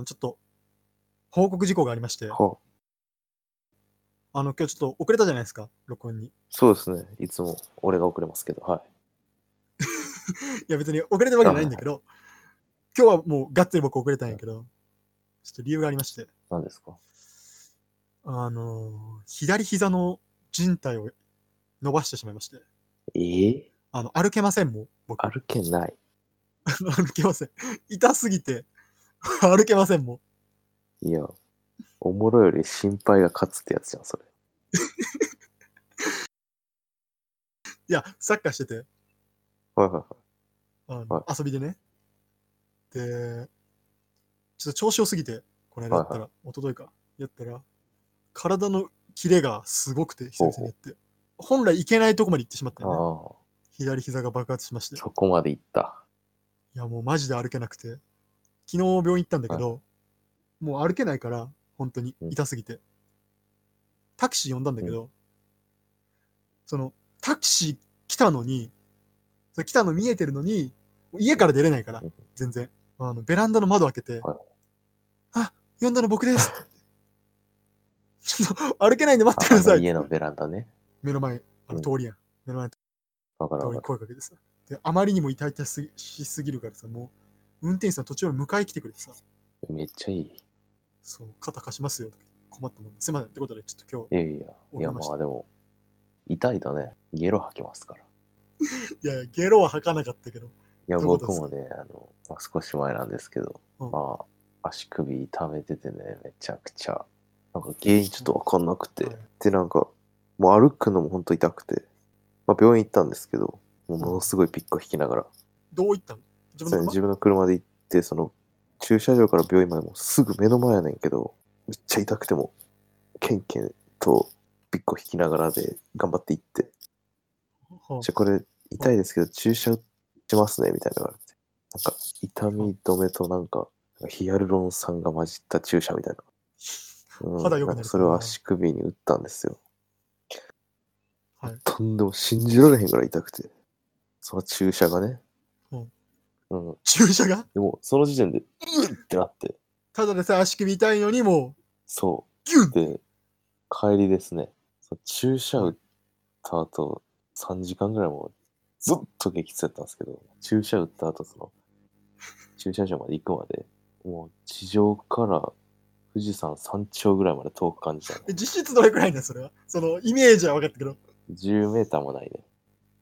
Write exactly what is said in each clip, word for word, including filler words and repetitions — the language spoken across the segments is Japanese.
ちょっと報告事項がありまして、 はあの今日ちょっと遅れたじゃないですか、録音に。 そうですね。いつも俺が遅れますけど、はい。 いや別に遅れたわけじゃないんだけど、今日はもうがっつり僕遅れたんやけど、ちょっと理由がありまして。 何ですか？ あのー、左膝の靭帯を伸ばしてしまいまして。 えー、 あの歩けませんもん、僕。 歩けない。 歩けません。痛すぎて歩けませんもん。いや、おもろより心配が勝つってやつじゃん、それ。 いや、サッカーしてて。 はいはいはい。 あの、 はい、 遊びでね。で、ちょっと調子良すぎて、この間やったら、はいはい、一昨日か、やったら、体のキレがすごくて、久々にやって。本来行けないとこまで行ってしまったよね。左膝が爆発しまして。 そこまで行った。 いや、もうマジで歩けなくて。昨日病院行ったんだけど、はい、もう歩けないから、本当に痛すぎて。うん、タクシー呼んだんだけど、うん、その、タクシー来たのに、それ来たの見えてるのに、家から出れないから、全然。あのベランダの窓開けて、はい、あ、呼んだの僕ですちょっと歩けないんで待ってください。 家のベランダね。 目の前、あの通りやん。うん、目の前の通りに声かけてさ。で、あまりにも痛々しすぎるからさ、もう、運転手さん途中まで迎え来てくれてさ。 めっちゃいい。 そう、肩貸しますよ。困ったもん。すいません。ってことで、ちょっと今日。いやいや、いやまあでも、痛いとね、ゲロ吐きますから。 いやいや、ゲロは吐かなかったけど。いや、僕もね、あの、まあ、少し前なんですけど、うん、まあ、足首痛めててね、めちゃくちゃ、なんか原因ちょっとわかんなくて、うん、で、なんか、もう歩くのもほんと痛くて、まあ、病院行ったんですけど、もうものすごいピッコ引きながら。 どう行ったの？ 自分の車？自分の車で行って、その、駐車場から病院までもすぐ目の前やねんけど、めっちゃ痛くても、ケンケンとピッコ引きながらで頑張って行って、じゃこれ痛いですけど注射打ちますねみたいな言われて、なんか痛み止めとなんかヒアルロン酸が混じった注射みたいな、うん、肌良くなる、それを足首に打ったんですよ。はい、とんでも信じられへんぐらい痛くて、その注射がね、 うんうん、注射がでもその時点でうっってなって、 ただでさ足首痛いのにもうそうギュッで帰りですね、その注射打った後さんじかんぐらいもずっと激痛やったんですけど、注射打った後その駐車場まで行くまでもう地上から富士山山頂ぐらいまで遠く感じたね。 実質どれくらいね、それは。そのイメージは分かったけど。 じゅうメーターもないね。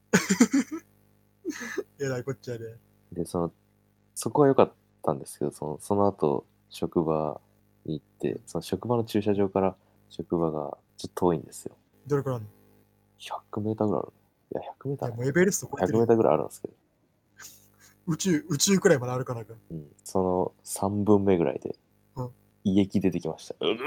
えらいこっちゃで。 で、その、そこは良かったんですけど、その、その後、職場に行って、その職場の駐車場から職場がちょっと遠いんですよ。 どれくらいあるの？ ひゃく メーターぐらいある。いや、ひゃくメーター。いや、 もうエベレスト超えてる。 ひゃくメーターぐらいあるんですけど。 宇宙、宇宙くらいまであるかなか。 うん。そのさんぶんめぐらいで、うん、胃液出てきました。うんうんうん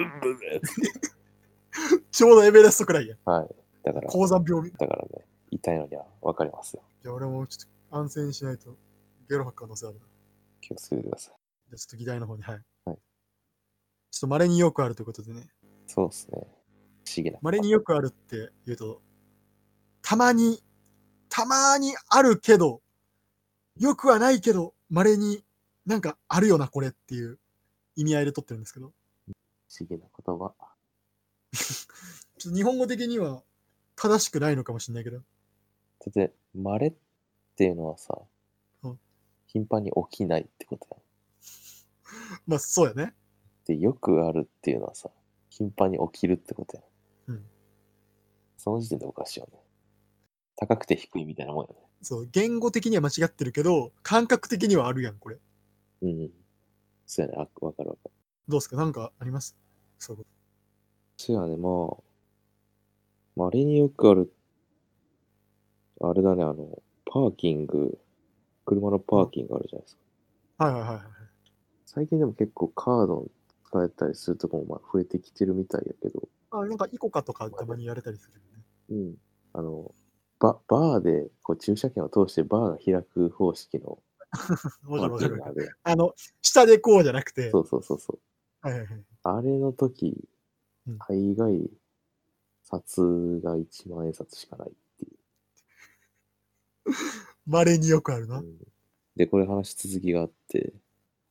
ちょうどエベレストくらいや。 はい。だから、 高山病。 だからね、痛いのには分かりますよ。 じゃあ俺もちょっと安静にしないとゲロ吐く可能性あるな。 気をつけてください。 じゃあちょっと議題の方に、はい。 はい。 ちょっと稀によくあるということでね。 そうですね。不思議な。 稀によくあるって言うと、たまに、たまにあるけど、よくはないけど、稀になんかあるよな、これっていう意味合いで取ってるんですけど。 不思議な言葉。 ちょっと日本語的には正しくないのかもしれないけど。 だって、稀っていうのはさ、うん、頻繁に起きないってことや。 まあ、そうやね。 で、よくあるっていうのはさ、頻繁に起きるってことや。うん。その時点でおかしいよね。高くて低いみたいなもんよね。 そう、言語的には間違ってるけど、感覚的にはあるやん、これ。 うん。そうやね。あ、わかるわかる。 どうですか？なんかあります？そういうこと。 そうやね、まあ、稀によくある、あれだね、あの、パーキング、車のパーキングあるじゃないですか。はいはいはいはい。 最近でも結構カード使えたりするとこもまあ増えてきてるみたいやけど。 あ、なんかイコカとかたまにやれたりするよね。うん。あの、ババーでこう駐車券を通してバーが開く方式のもちろんもちろん。あの、下でこうじゃなくて。 そうそうそうそう。 はいはいはい。 あれの時、大概、札がいちまん円札しかないっていう。 稀によくあるな。 うん、で、これ話続きがあって、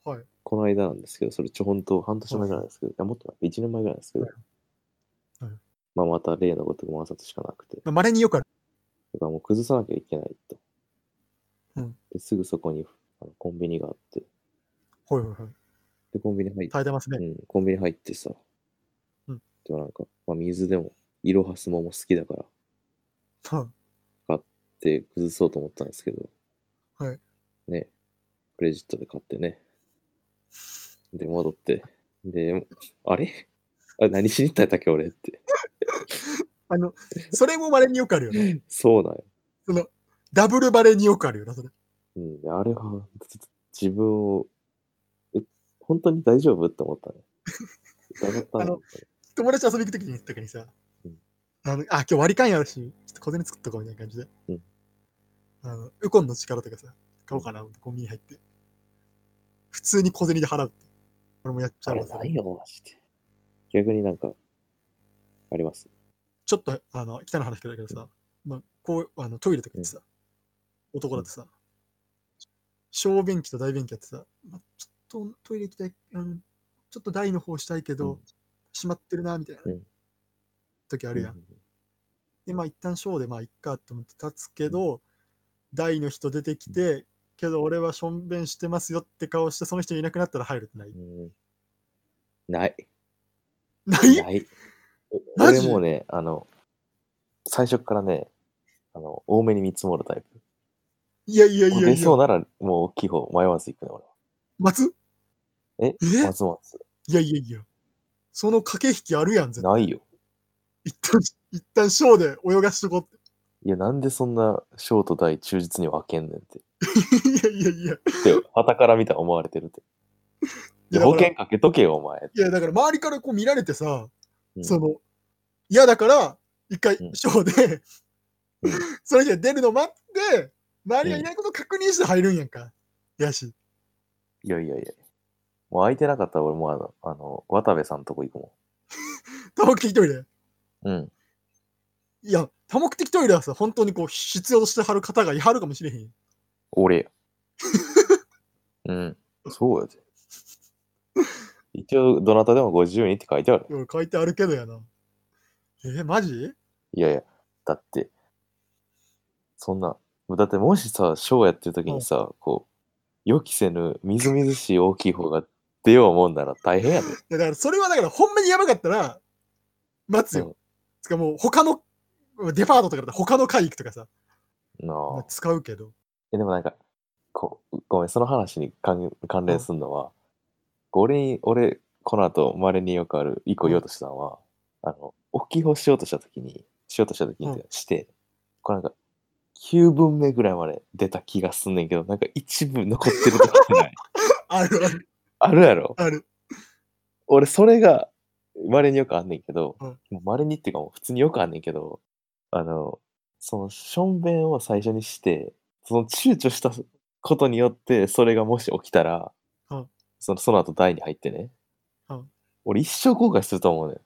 はい。 この間なんですけど、それちょ、ほんと半年前ぐらいなんですけど、いや、もっと前、いちねんまえぐらいなんですけど、 はいはいまあまた例のごとく摩擦しかなくて、 まれによくある。 だからもう崩さなきゃいけないと。 うん。 ですぐそこにあのコンビニがあって、 はいはいはい。 で、コンビニ入っ耐えてますね。 うん、コンビニ入ってさ、 うんでもなんか、まあ、水でも、イロハスモも好きだから、 は買って崩そうと思ったんですけど、 い。はい。 ね、クレジットで買ってね、で、戻って、で、あれあ、何しに行ったんだっけ、俺って。 あの、それもまれによくあるよな。 そうなんよ。 その、ダブルバレによくあるよな、それ。 うん、であれは、つつ自分を、え、本当に大丈夫って思ったね。疑ったあのの、本当に。 友達遊び行くときにとかにさ、 うんあの、あ、今日割り勘やるし、ちょっと小銭作っとこうみたいな感じで。 うんあの、ウコンの力とかさ、買おうかな、コンビニ入って。普通に小銭で払うって。俺もやっちゃあれうわ、それ。 ないよ、マジで。逆になんか、あります。 ちょっと、あの、汚い話だけどさ、まあ、こう、あの、トイレとか行ってさ、男だってさ、小便器と大便器やってさ、まあ、ちょっとトイレ行きたい、あの、ちょっと大の方したいけど、 うん閉まってるな、みたいなうん時あるやん。 うんで、まあ一旦小でまあいっかと思って立つけど、大の人出てきて、けど俺はしょんべんしてますよって顔してその人いなくなったら入るってない。 うんうんない。 ないない。 マジ俺もうね、あの、最初っからね、あの、多めに見積もるタイプ。 いやいやいもうやいや。 出そうなら、もう大きい方、迷わず行くね、俺は。 待つええ松松。 いやいやいや。その駆け引きあるやん、絶対。 ないよ。 一旦、一旦小で泳がしとこうって。 いや、なんでそんなショート大忠実に分けんねんって。 いやいやいや。 で、旗から見たら思われてるって。いや、 いやだから保険かけとけよ、お前。 いや、だから周りからこう見られてさ、 うんその、嫌だから、一回うんショーで、 うんその人が出るの待って、周りがうんいないことを確認して入るんやんか。やし。 いやいやいや。もう空いてなかったら俺もうあの、あの渡部さんとこ行くも多目的トイレ。 ん。うん。 いや、多目的トイレはさ、本当にこう、必要としてはる方がいはるかもしれへん。 俺や。うん。そうやで。一応、どなたでもご自由にって書いてある。 うん書いてあるけどやな。えマジいやいや、だって、そんな、だってもしさ、ショーやってる時にさ、こう、予期せぬ、みずみずしい大きい方が出ようもんなら大変やで。 いやだからそれはだから、ほんまにやばかったら、待つよ。 うんつかもう、他の、デパートとかだったら他の会行くとかさ、 なあ。 使うけど。 え、でもなんか、こう、ごめん、その話に関関連するのは、俺に、俺、この後、稀によくある、一個言おうとしたのは、あの、大きい方しようとした時に、しようとした時にって、して、これなんか、きゅうぶんめぐらいまで出た気がすんねんけど、なんか一部残ってる時ってないあるある。 あるやろある。 俺、それが、稀によくあんねんけど、 うんもう稀にっていうかもう普通によくあんねんけど、あの、その、しょんべんを最初にして、その躊躇したことによって、それがもし起きたら、 うんそのその後台に入ってね、 うん俺一生後悔すると思うねん。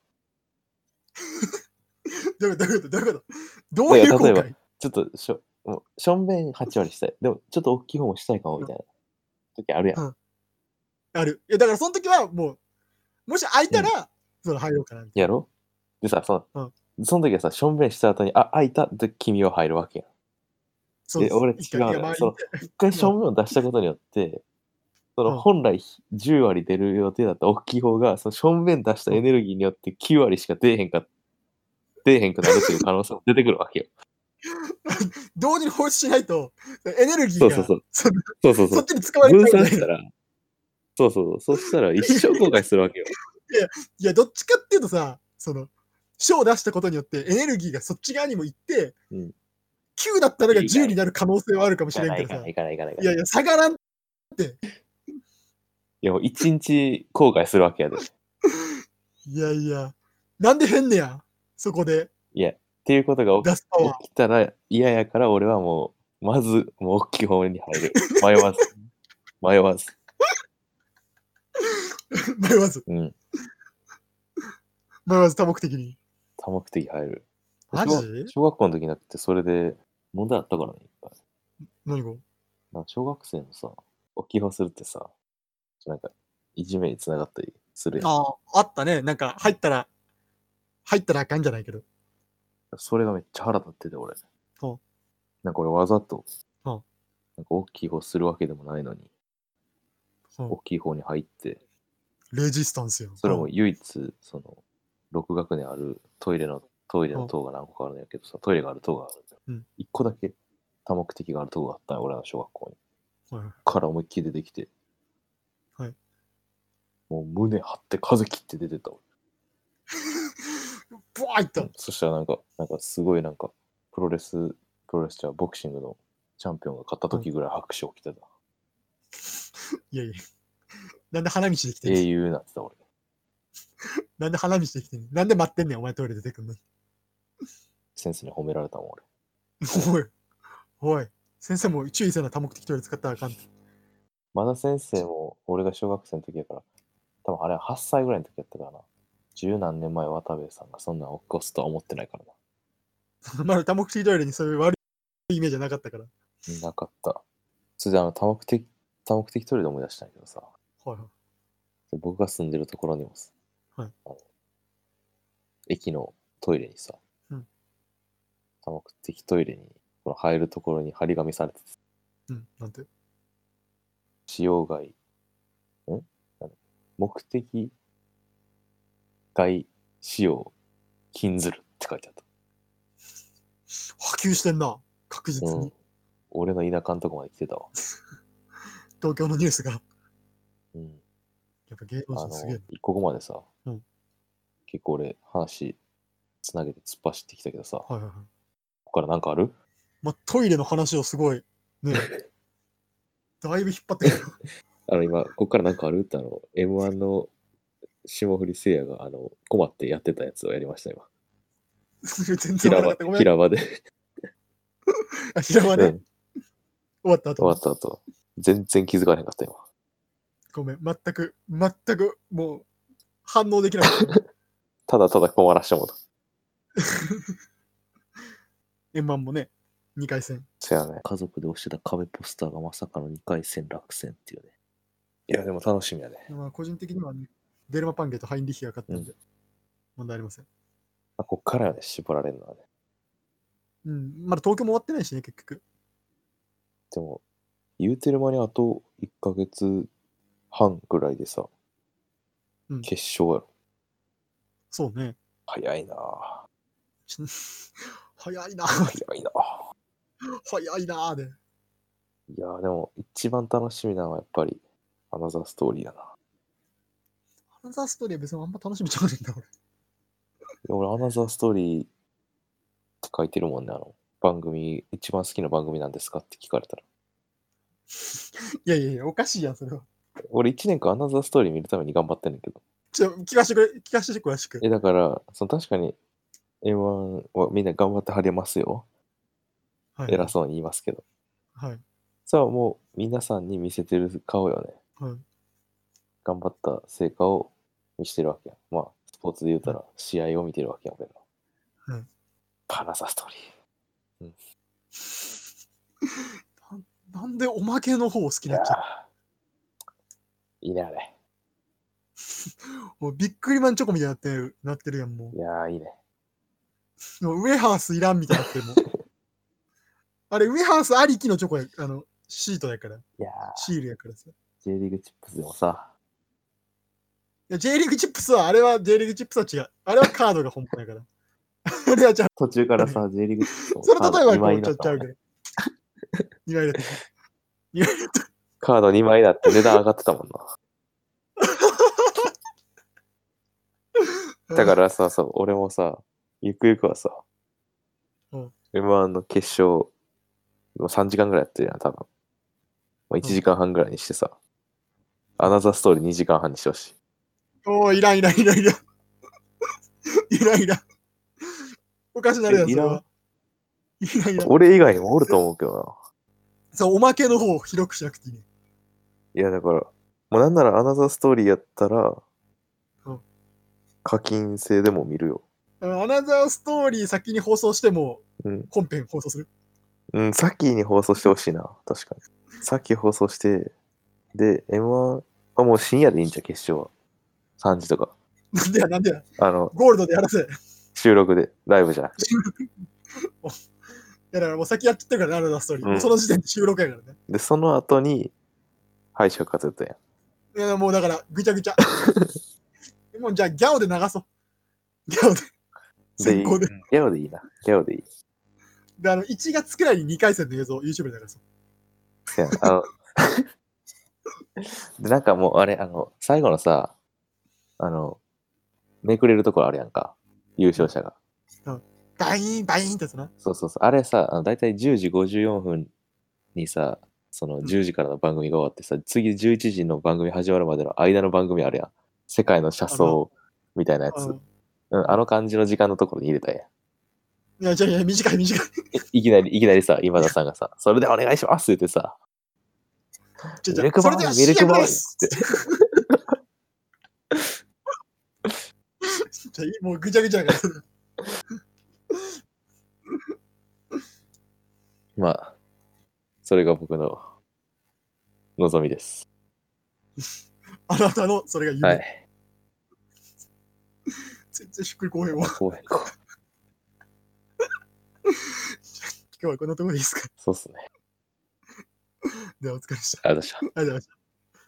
どういうことどういうことどういうことどういう後だから例えば悔ちょっとしょ、もうしょんべんはち割したい。でも、ちょっと大きい方もしたいかもみたいな時あるやん。 うんある。いや、だからその時はもう、もし空いたら、その入ろうかなみたいやろでさ、その、 うその時はさ、しょんべんした後に、あ、空いたって君は入るわけやん。え、 そうです。 俺違うのよ。 一回いや周りその、一回しょんべんを出したことによって、そのうん本来じゅう割出る予定だった大きい方が、そのしょんべん出したエネルギーによってきゅう割しか出えへんか、出えへんくなるっていう可能性も出てくるわけよ。 同時に放出しないと、エネルギーがそうそうそう。 そのそうそうそ。 そうっちに使われち分ゃうみたいな。 散したら、そうそうそう。そしたら一生後悔するわけよ。 いや、どっちかっていうとさ、その、賞を出したことによってエネルギーがそっち側にも行って、 うん。 きゅうだったのがいいかいじゅうになる可能性はあるかもしいかれんけどさないいかない。いかないいかないいかない。 いやいや、下がらん。 いやもう一日後悔するわけやで。 いやいや、なんで変ねや、そこでいや、っていうことが出すパワー。 起きたら嫌やから俺はもう、まず、もう大きい方に入る。迷わず。迷わず。 迷わず、 うん。 迷わず多目的に。 多目的入る。 マ小ジ小学校の時なくてそれで問題あったからね、いっぱい。 何がなんか小学生のさ、大きい方するってさ、 なんか、いじめにつながったりするやん。 ああ、あったね。なんか入ったら、入ったらあかんじゃないけど。 それがめっちゃ腹立ってて、俺。 ほうなんか俺わざと、 ほうなんか大きい方するわけでもないのに、 ほ大きい方に入って、 うレジスタンスよ。 それも唯一、その、ろく学年あるトイレの、トイレの塔が何個かあるんやけどさ、トイレがある塔があるんだよ。 うん一個だけ多目的がある塔があったんよ、俺らの小学校に。 はいから思いっきり出てきて、 はい。 もう胸張って風切って出てった俺。 ブワーいった。 そしたらなんか、なんかすごいなんか、プロレス、プロレスじゃボクシングのチャンピオンが勝った時ぐらい拍手を起きてた。 いやいや。なんで花道できてん英ねん。 雄なってた俺。 なんで花道できてんねん。なんで待ってんねん、お前トイレ出てくんのに。 先生に褒められたもん俺。 おい、おい。先生も注意せな多目的トイレ使ったらあかんって。 まだ先生も俺が小学生の時やから、多分あれははっさいぐらいの時やったからな。十何年前渡部さんがそんなん起こすとは思ってないからな。 まだ多目的トイレにそういう悪いイメージはなかったから。 なかった。それであの多目的、多目的トイレで思い出したんやけどさ、 はいはい。 僕が住んでるところにもさ、 はいあの駅のトイレにさ、 うん多目的トイレにこの入るところに張り紙されてて、 うん、なんて。 使用外、んなんだ目的外使用禁ずるって書いてあった。 波及してんな。確実に。 うん。俺の田舎のとこまで来てたわ。 東京のニュースが。 うん。 やっぱ芸能あの人すげえ。、 ここまでさ、 うん結構俺話つなげて突っ走ってきたけどさ、こはいはいはい。 こからなんかある？ まあ、トイレの話をすごい、ね。だいぶ引っ張ってくる。 あの今、ここからなんかあるってあの、エムワン の霜降りせいやがあの困ってやってたやつをやりました今。 全然平場わからなかった。ごめん。 平場で。 あ、平場ね。 うん。 終わった後。 終わった後。全然気づかれへんかった今。 ごめん。全く、全く、もう、反応できなかった。 ただただ困らしてもらった。 円満もね、にかい戦。 せやね。家族で押してた壁ポスターがまさかのにかい戦落選っていうね。いや、でも楽しみやね。 まあ、個人的にはね、デルマパンゲとハインリヒが勝ったんで、問題ありません。 あ、こっからやね、絞られるのはね。 うん、まだ東京も終わってないしね、結局。 でも、言うてる間にあといっかげつはんぐらいでさ、 うん決勝やろ。 そうね。 早いなぁ。 ち早いな、 早いなぁ。 早いなで。 いやーでも、一番楽しみなのはやっぱり、アナザーストーリーやな。 アナザーストーリーは別にあんま楽しみちゃうねんだ、俺。 いや俺、アナザーストーリーって書いてるもんね、あの、番組、一番好きな番組なんですかって聞かれたら。 いやいやいや、おかしいやん、それは。 俺、いちねんかんアナザーストーリー見るために頑張ってんねんけど。 ちょ、聞かせてくれ、聞かせて詳しく。 え、だから、その確かに、エムワン はみんな頑張ってはりますよ。 はい、 偉そうに言いますけど。 はい。 それはもう、皆さんに見せてる顔よね。 はい。 頑張った成果を見してるわけや。まあ、スポーツで言うたら、試合を見てるわけや、俺ら。 はいアナザーストーリー。 ななんでおまけの方を好きいやになっちゃうーいいね、あれ。 もうビックリマンチョコみたいになってる、なってるやん、もいやー、いいね。 う。もうウェハースいらんみたいになってるもん。あれ、ウェハースありきのチョコや、あの、シートやから。 いやー、 シールやからさ。い J リーグチップスでもさ、 や、J リーグチップスは、あれは J リーグチップスは違う。あれはカードが本物やから。あれはじゃあ、 途中からさ、J リーグチップスもその例えばカードにまいこうちゃになったもんねちゃうけど。にまいだった。にまいだった。 カードにまいだって値段上がってたもんな。だからさ、そう、俺もさ、ゆくゆくはさ、 うんエムワン の決勝、もうさんじかんぐらいやってるやん、多分。まあ、いちじかんはんぐらいにしてさ、アナザーストーリーにじかんはんにしてほしい。 おー、いらんいらんいらんいらん。いらんいらん。おかしなるやん、 えいらんそれは。いらんいらん。 俺以外にもおると思うけどな。 そう、おまけの方を広くしなくていいね。 いや、だから、もうなんならアナザーストーリーやったらうん、 課金制でも見るよ。 あのアナザーストーリー先に放送しても、 うん。 本編放送する。 うん、先に放送してほしいな。確かに。さっき放送して、で、エムワンあもう深夜でいいんちゃう、決勝は。さんじとか。 なんでや、なんでや。 あの、 ゴールドでやらせ。 収録で、ライブじゃなくて。 いやだからもう先やっちゃってるからね、あのストーリー。 うんもうその時点で収録やからね。 で、その後に、敗者復活やったやん。 いやもうだから、ぐちゃぐちゃ。もうじゃあギャオで流そう。ギャオで。 で、 先行で。 ギャオでいいな。ギャオでいい。 で、あの、いちがつくらいににかい戦の映像を YouTube で流そう。 せやなあので、なんかもう、あれ、あの、最後のさ、あの、めくれるところあるやんか。優勝者が。 バイーン、バイーンってやつな。 そうそうそう。あれさ、あのだいたいじゅうじごじゅうよんぷんにさ、そのじゅうじからの番組が終わってさ、次じゅういちじの番組始まるまでの間の番組あるやん。世界の車窓みたいなやつ。 うんうん、あの感じの時間のところに入れたんや。 いや、じゃあ、いや、短い、短い。 いいきなり、いきなりさ、今田さんがさ、それでお願いしますって言ってさ、 じゃあじゃあミルクボーイ、 それではミルクボーイっシーエム ですて。 じゃあもうぐちゃぐちゃやから。 まあ、それが僕の望みです。 あなたのそれが夢。 はい。 全然しっくりこうへんわ。 こうへんこう今日はこんなところでいいですか。 そうっすね。 ではお疲れ様でした。 ありがとうございました。 ありがとうございました。